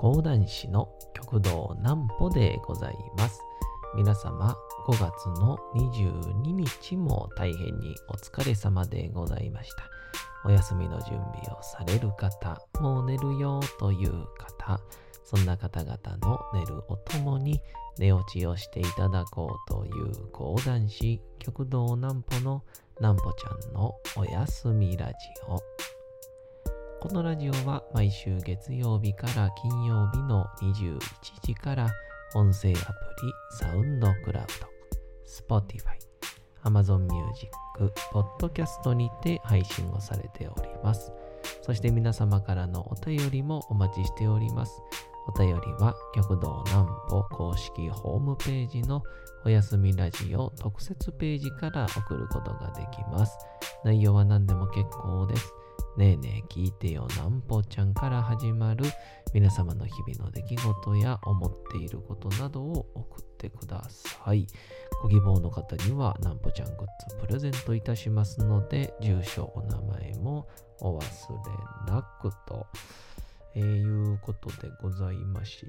講談師の極道南歩でございます。皆様5月の22日も大変にお疲れ様でございました。お休みの準備をされる方、もう寝るよという方、そんな方々の寝るおともに寝落ちをしていただこうという講談師極道南歩の南歩ちゃんのおやすみラジオ。このラジオは毎週月曜日から金曜日の21時から音声アプリサウンドクラウド、Spotify、Amazon Music、Podcast にて配信をされております。そして皆様からのお便りもお待ちしております。お便りは極道南歩公式ホームページのおやすみラジオ特設ページから送ることができます。内容は何でも結構です。ねえねえ聞いてよ南歩ちゃんから始まる皆様の日々の出来事や思っていることなどを送ってください。ご希望の方には南歩ちゃんグッズプレゼントいたしますので、住所お名前もお忘れなくと、いうことでございまして、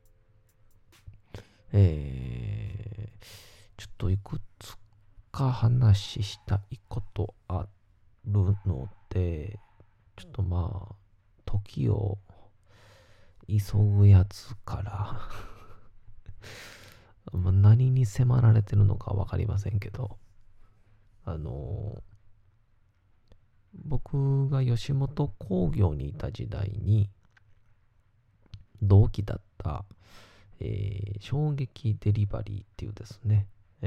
ちょっといくつか話したいことあるので、ちょっと時を急ぐやつから何に迫られてるのかわかりませんけど、僕が吉本興業にいた時代に同期だった、衝撃デリバリーっていうですね、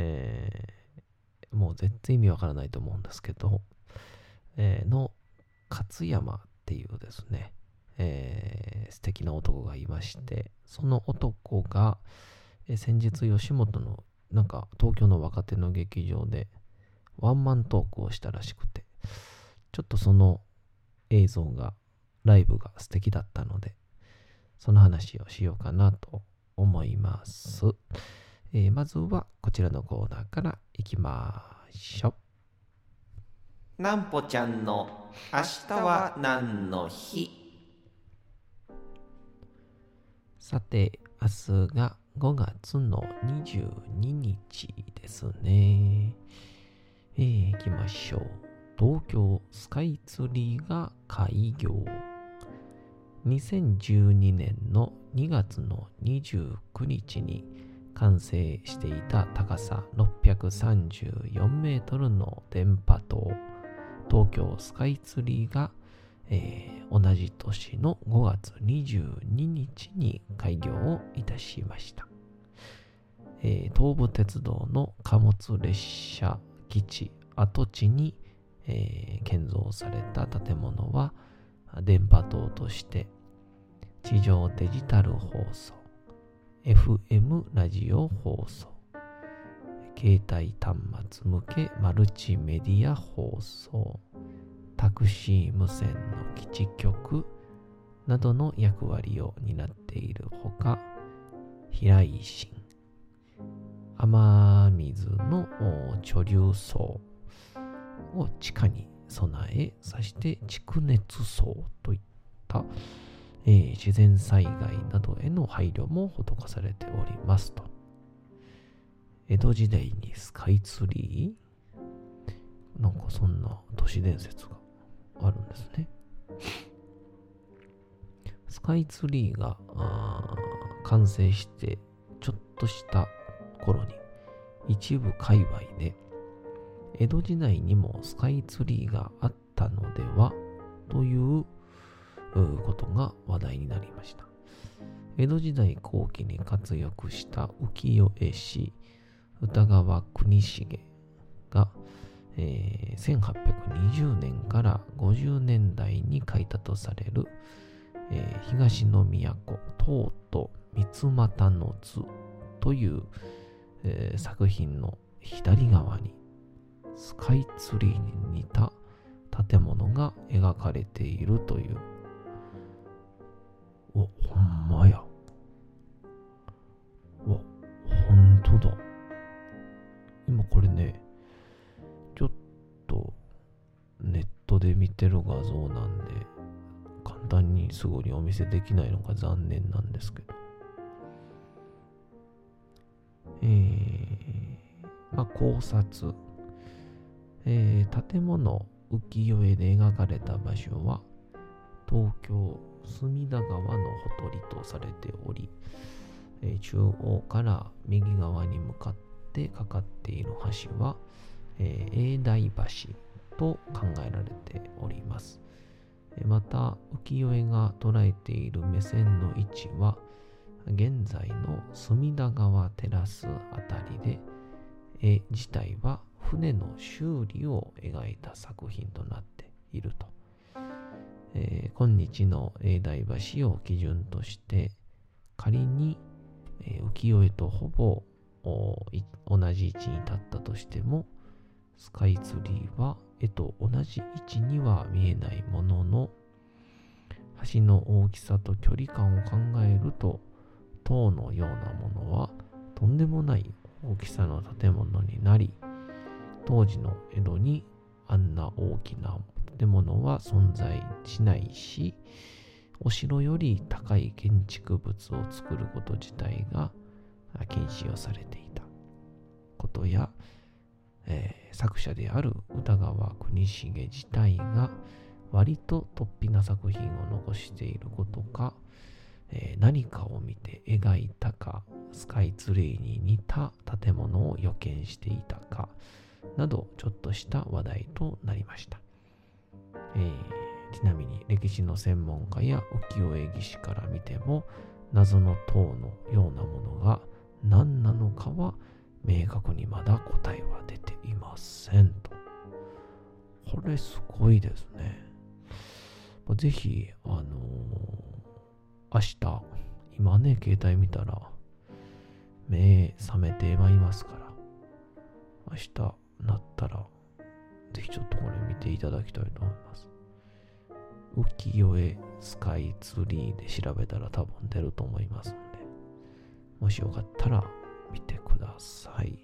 もう全然意味わからないと思うんですけど、の勝山っていうですね、素敵な男がいまして、その男が、先日吉本の東京の若手の劇場でワンマントークをしたらしくて、ちょっとその映像がライブが素敵だったので、その話をしようかなと思います。まずはこちらのコーナーからいきましょう。 南歩ちゃんの明日は何の日。 さて、明日が5月の22日ですね。いきましょう。東京スカイツリーが開業。2012年の2月の29日に完成していた高さ634メートルの電波塔、東京スカイツリーが、同じ年の5月22日に開業をいたしました。東武鉄道の貨物列車基地跡地に、建造された建物は電波塔として地上デジタル放送、FM ラジオ放送、携帯端末向けマルチメディア放送、タクシー無線の基地局などの役割を担っているほか、平井新、雨水の貯留層を地下に備え、そして蓄熱層といった、自然災害などへの配慮も施されておりますと。江戸時代にスカイツリー、そんな都市伝説があるんですね。スカイツリーが完成してちょっとした頃に一部界隈で江戸時代にもスカイツリーがあったのではということが話題になりました。江戸時代後期に活躍した浮世絵師歌川国重が、1820年から50年代に描いたとされる、東の都東都三股の図という、作品の左側にスカイツリーに似た建物が描かれているという。ほんまや。ほんとだ。今これね、ちょっとネットで見てる画像なんで簡単にすぐにお見せできないのが残念なんですけど。考察。建物浮世絵で描かれた場所は東京隅田川のほとりとされており、中央から右側に向かってかかっている橋は、永代橋と考えられております。また浮世絵が捉えている目線の位置は現在の隅田川テラスあたりで、絵自体は船の修理を描いた作品となっていると。今日の永代橋を基準として仮に、浮世絵とほぼ同じ位置に立ったとしても、スカイツリーは絵と同じ位置には見えないものの、橋の大きさと距離感を考えると塔のようなものはとんでもない大きさの建物になり、当時の江戸にあんな大きな建物は存在しないし、お城より高い建築物を作ること自体が禁止をされていたことや、作者である歌川国重自体が割と突飛な作品を残していることか、何かを見て描いたか、スカイツリーに似た建物を予見していたかなど、ちょっとした話題となりました。ちなみに歴史の専門家や浮世絵技師から見ても、謎の塔のようなものが何なのかは明確にまだ答えは出ていませんと。これすごいですね。ぜひ明日、今ね携帯見たら目覚めてまいりますから、明日なったらぜひちょっとこれ見ていただきたいと思います。浮世絵スカイツリーで調べたら多分出ると思いますので、もしよかったら見てください。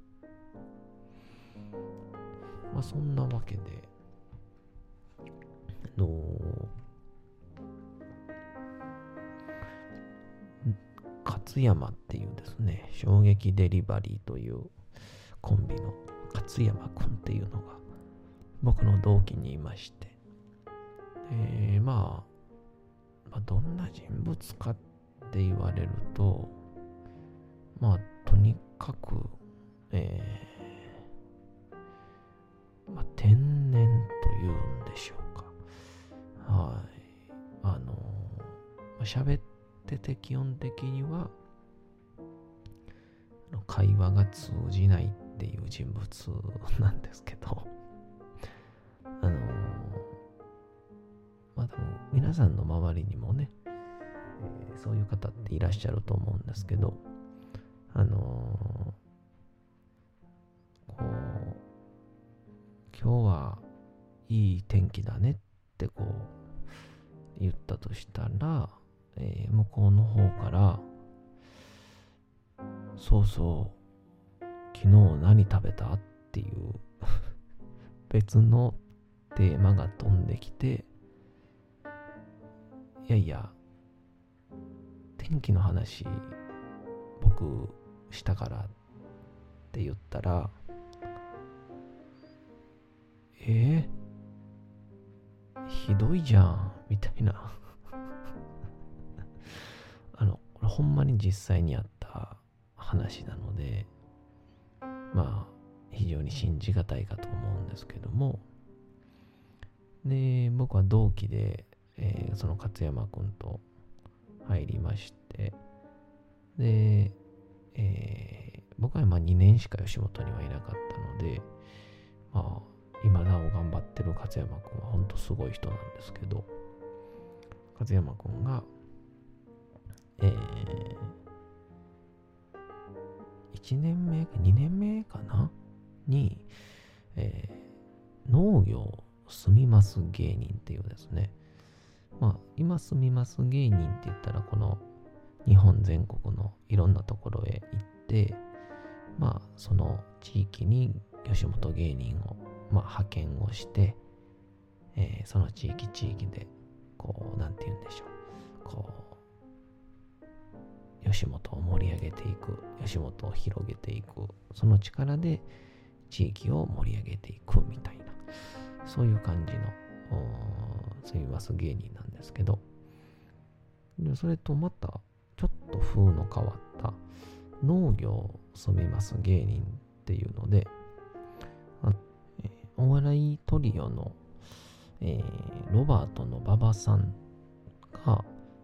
そんなわけで勝山っていうですね、衝撃デリバリーというコンビの勝山くんっていうのが僕の同期にいまして、どんな人物かって言われると、とにかく、天然というんでしょうか。はい。喋ってて基本的には会話が通じないっていう人物なんですけど、多分皆さんの周りにもね、そういう方っていらっしゃると思うんですけど、今日はいい天気だねって言ったとしたら、向こうの方からそうそう昨日何食べたっていう別のテーマが飛んできて、いやいや天気の話僕したからって言ったら、ひどいじゃんみたいなこれほんまに実際にあった話なので、非常に信じがたいかと思うんですけども、で僕は同期で、その勝山くんと入りまして、で、僕は2年しか吉本にはいなかったので、今なお頑張ってる勝山くんは本当すごい人なんですけど、勝山くんが、1年目2年目かなに、農業住みます芸人っていうですね、今住みます芸人って言ったらこの日本全国のいろんなところへ行って、その地域に吉本芸人を、派遣をして、その地域でなんて言うんでしょう。吉本を盛り上げていく、吉本を広げていく、その力で地域を盛り上げていくみたいな、そういう感じの、住みます芸人なんですけど、でそれとまたちょっと風の変わった農業を住みます芸人っていうので、お笑いトリオの、ロバートの馬場さんが、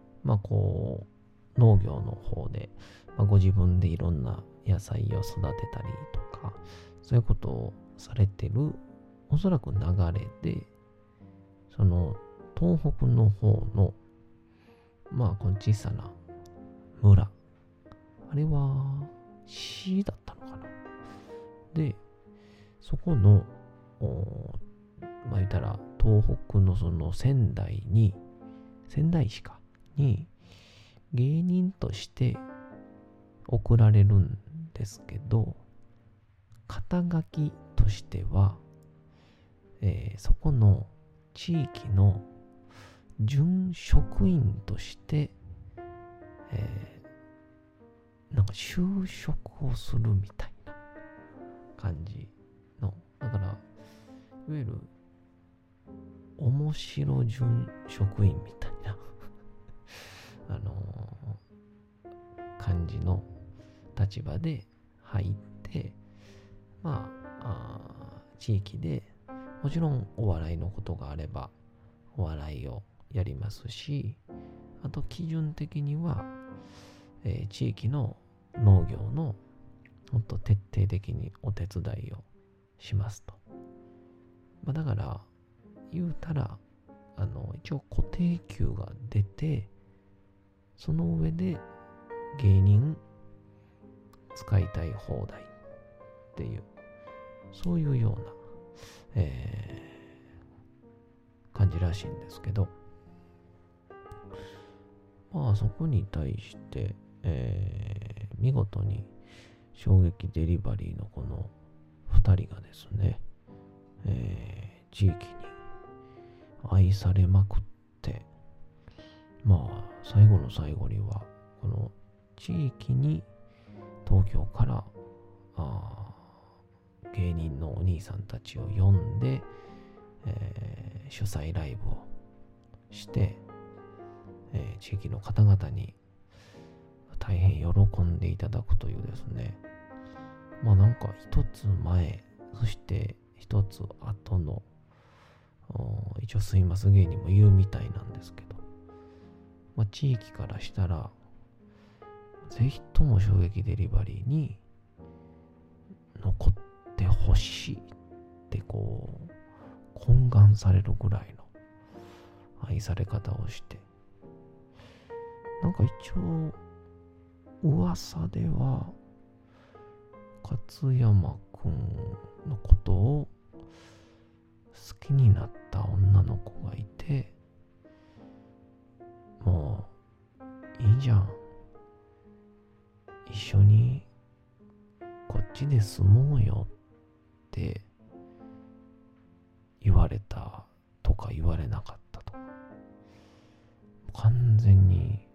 農業の方で、ご自分でいろんな野菜を育てたりとか、そういうことをされてる、おそらく流れで、その東北の方の、この小さな村、あれは市だったのかな。で、そこの、言ったら東北のその仙台市に芸人として送られるんですけど、肩書きとしては、そこの地域の準職員として、就職をするみたいな感じの、だからいわゆる面白準職員みたいな感じの立場で入って、地域でもちろんお笑いのことがあればお笑いをやりますし、あと基準的には、地域の農業のもっと徹底的にお手伝いをしますと。だから言うたら一応固定給が出て、その上で芸人使いたい放題っていう、そういうような、感じらしいんですけど、そこに対して、見事に衝撃デリバリーのこの2人がですね、地域に愛されまくって、最後の最後にはこの地域に東京から芸人のお兄さんたちを呼んで、主催ライブをして、地域の方々に大変喜んでいただくというですね、一つ前、そして一つ後の一応すいます芸人もいるみたいなんですけど、地域からしたらぜひとも衝撃デリバリーに残ってほしいって懇願されるぐらいの愛され方をして、一応噂では勝山くんのことを好きになった女の子がいて、もういいじゃん、一緒にこっちで住もうよって言われたとか言われなかったとか、完全に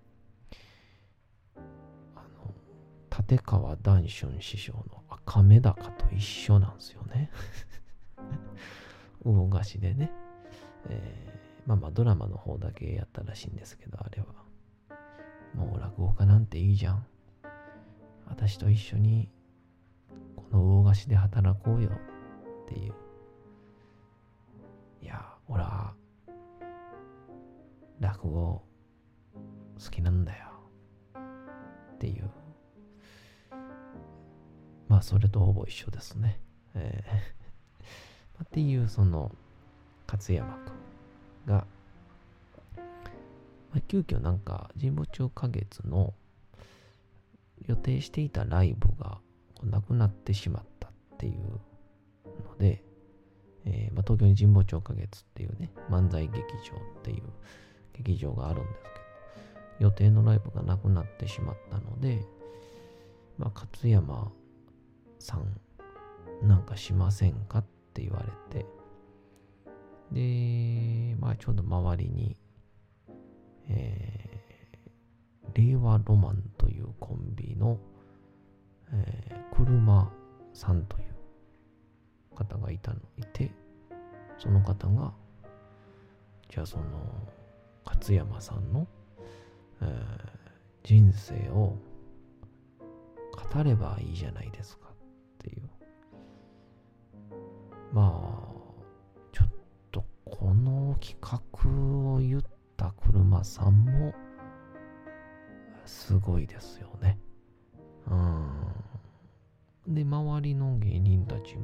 立川談春師匠の赤目高と一緒なんですよね魚河岸でね、ドラマの方だけやったらしいんですけど、あれはもう落語家なんていいじゃん、私と一緒にこの魚河岸で働こうよっていう、いや俺は落語好きなんだよっていう、それとほぼ一緒ですね。っていうその勝山くんが、急遽神保町花月の予定していたライブがなくなってしまったっていうので、東京に神保町花月っていうね、漫才劇場っていう劇場があるんですけど、予定のライブがなくなってしまったので、勝山さんしませんかって言われて、でちょうど周りに令和ロマンというコンビの、車さんという方がいて、その方が、じゃあその勝山さんの、人生を語ればいいじゃないですかっていう。まあ、ちょっとこの企画を言った車さんもすごいですよね。で、周りの芸人たちも、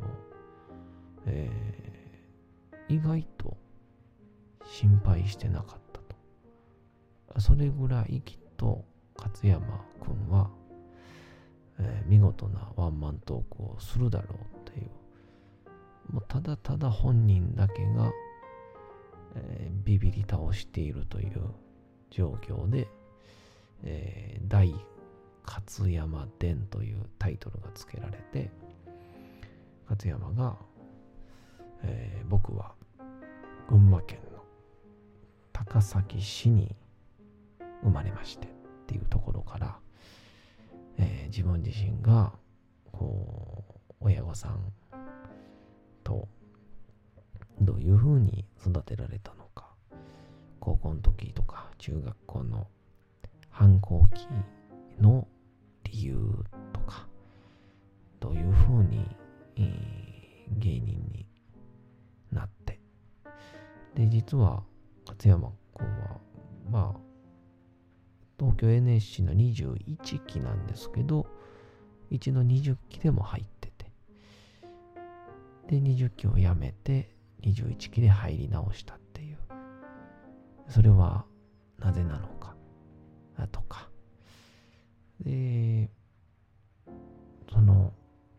意外と心配してなかったと。それぐらいきっと勝山くんは、見事なワンマントークをするだろうっていう。もうただただ本人だけが、ビビり倒しているという状況で、大勝山伝というタイトルが付けられて、勝山が、僕は群馬県の高崎市に生まれましてっていうところから、自分自身がこう親御さんとどういうふうに育てられたのか、高校の時とか中学校の反抗期の理由とか、どういうふうに、芸人になって、で実は勝山君はまあ東京 NSC の21期なんですけど、一度20期でも入ってて、で20期を辞めて21期で入り直したっていう。それはなぜなのかとか、でその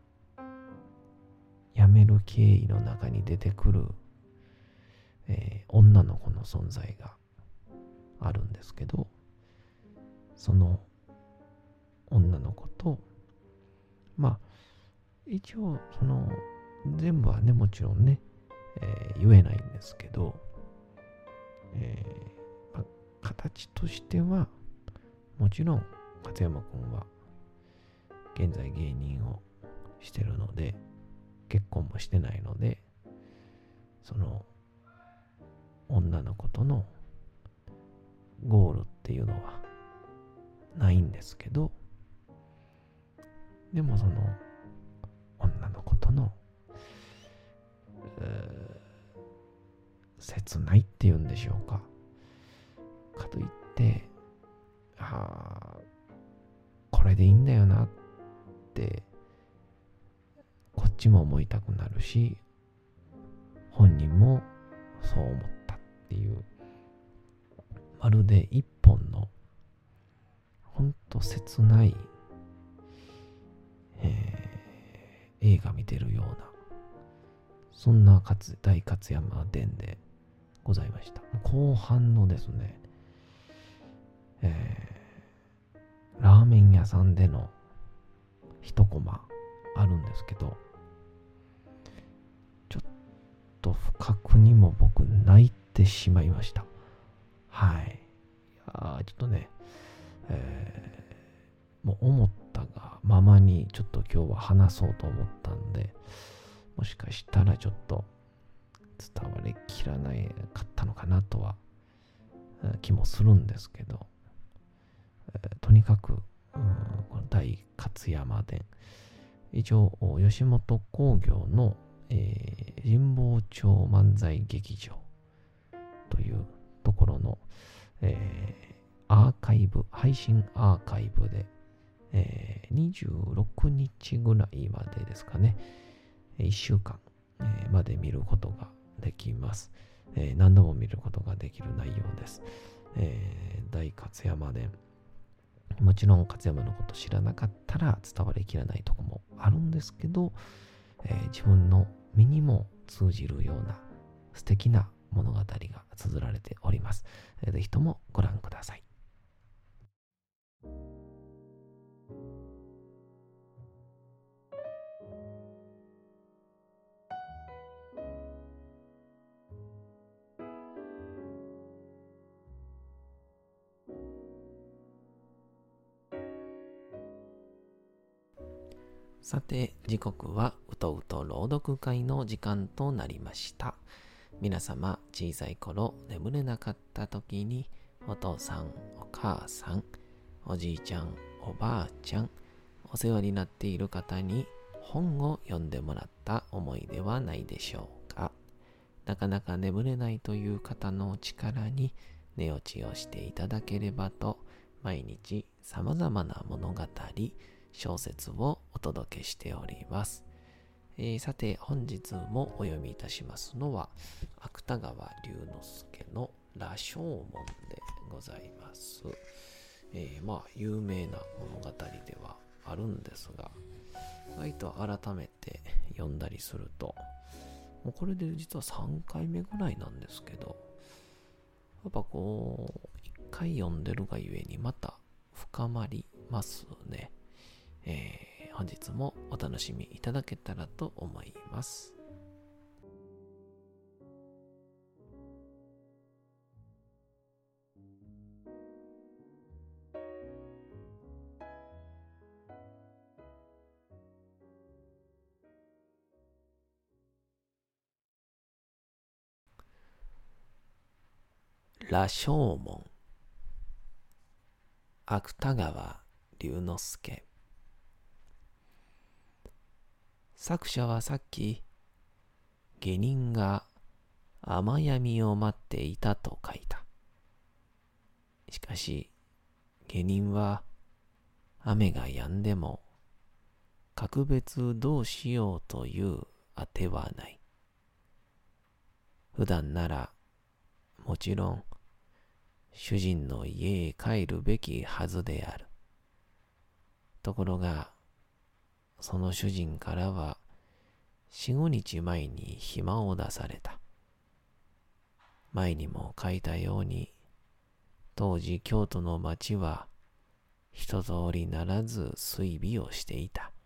辞める経緯の中に出てくる、女の子の存在があるんですけど、その女の子と、まあ一応その全部はね、もちろんね、言えないんですけど、まあ、形としてはもちろん勝山くんは現在芸人をしてるので、結婚もしてないので、その女の子とのゴールっていうのはないんですけど、でもその女の子との切ないっていうんでしょうか、かといってこれでいいんだよなってこっちも思いたくなるし、本人もそう思ったっていう、まるで一本のほんと切ない、映画見てるような、そんな大勝山伝でございました。後半のですね、ラーメン屋さんでの一コマあるんですけど、ちょっと不覚にも僕泣いてしまいました。はい。ちょっとね、もう思ったがままにちょっと今日は話そうと思ったんで、もしかしたらちょっと伝わりきらないかったのかなとは気もするんですけど、とにかくこの大勝山伝、一応吉本興業の、神保町漫才劇場というところの、アーカイブ、配信アーカイブで、26日ぐらいまでですかね、1週間、まで見ることができます。何度も見ることができる内容です。大勝山伝、もちろん勝山のこと知らなかったら伝わりきらないとこもあるんですけど、自分の身にも通じるような素敵な物語が綴られております。ぜひともご覧ください。 さて、時刻はうとうと朗読会の時間となりました。皆様、小さい頃眠れなかった時に、お父さん、お母さん、おじいちゃん、おばあちゃん、お世話になっている方に本を読んでもらった思いではないでしょうか。なかなか眠れないという方の力に寝落ちをしていただければと、毎日様々な物語、小説をお届けしております。さて、本日もお読みいたしますのは、芥川龍之介の羅生門でございます。有名な物語ではあるんですが、割と改めて読んだりすると、もうこれで実は3回目ぐらいなんですけど、やっぱ1回読んでるがゆえにまた深まりますね。本日もお楽しみいただけたらと思います。羅生門、芥川龍之介。作者はさっき、下人が雨闇を待っていたと書いた。しかし、下人は雨が止んでも、格別どうしようというあてはない。普段なら、もちろん、主人の家へ帰るべきはずである。ところが、その主人からは、4、5日前に暇を出された。前にも書いたように、当時京都の町は、一通りならず追尾をしていた。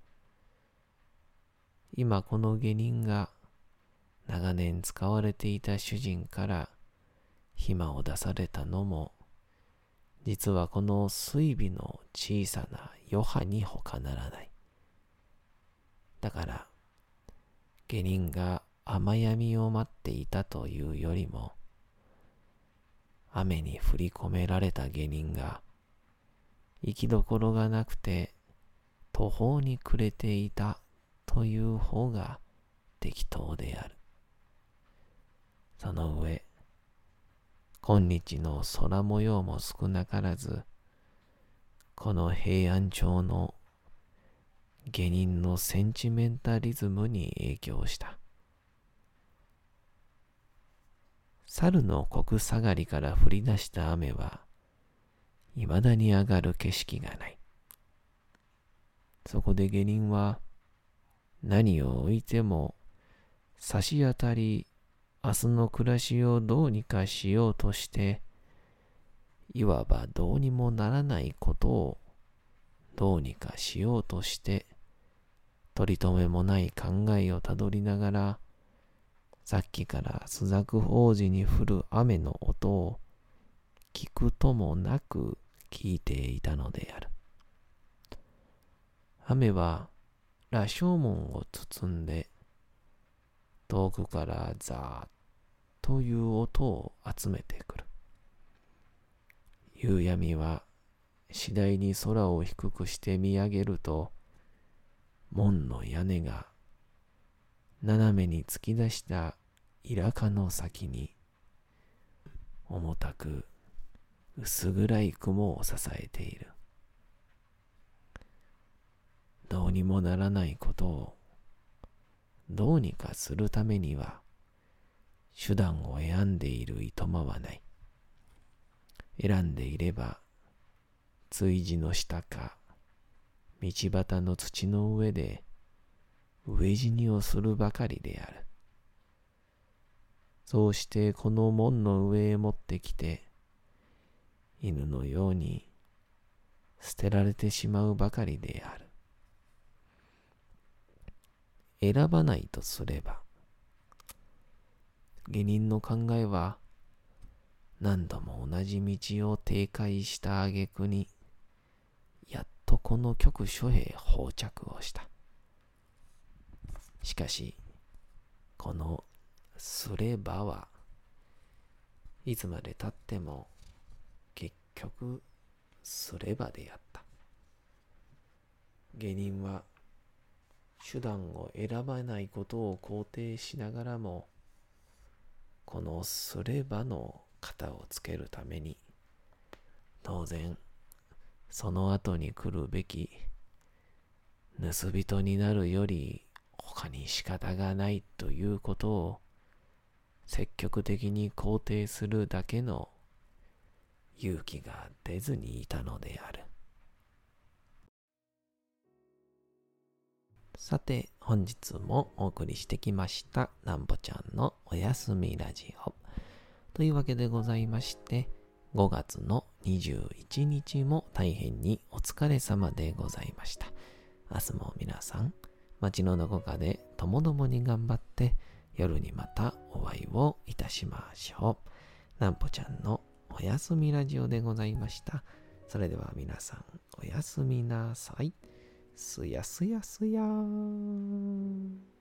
今この下人が、長年使われていた主人から暇を出されたのも、実はこの追尾の小さな余波に他ならない。だから、下人が雨闇を待っていたというよりも、雨に降り込められた下人が、行きどころがなくて途方に暮れていたという方が適当である。その上、今日の空模様も少なからず、この平安町の下人のセンチメンタリズムに影響した。猿の国下がりから降り出した雨は、未だに上がる景色がない。そこで下人は、何を置いても差し当たり、明日の暮らしをどうにかしようとして、いわばどうにもならないことをどうにかしようとして、取り留めもない考えをたどりながら、さっきから朱雀王子に降る雨の音を聞くともなく聞いていたのである。雨は羅生門を包んで、遠くからザーッという音を集めてくる。夕闇は次第に空を低くして見上げると、門の屋根が斜めに突き出したイラカの先に、重たく薄暗い雲を支えている。どうにもならないことをどうにかするためには、手段を選んでいるいとまはない。選んでいれば、築地の下か、道端の土の上で、飢え死にをするばかりである。そうしてこの門の上へ持ってきて、犬のように捨てられてしまうばかりである。選ばないとすれば、下人の考えは、何度も同じ道を停滞した挙句に、やっとこの局所へ放着をした。 しかし、このすればはいつまで経っても結局すればであった。下人は手段を選ばないことを肯定しながらも、このすればの型をつけるために、当然その後に来るべき盗人になるより他に仕方がないということを積極的に肯定するだけの勇気が出ずにいたのである。さて、本日もお送りしてきましたなんぼちゃんのおやすみラジオというわけでございまして、5月の21日も大変にお疲れ様でございました。明日も皆さん、街のどこかでともどもに頑張って、夜にまたお会いをいたしましょう。なんぽちゃんのおやすみラジオでございました。それでは皆さん、おやすみなさい。すやすやすやーん。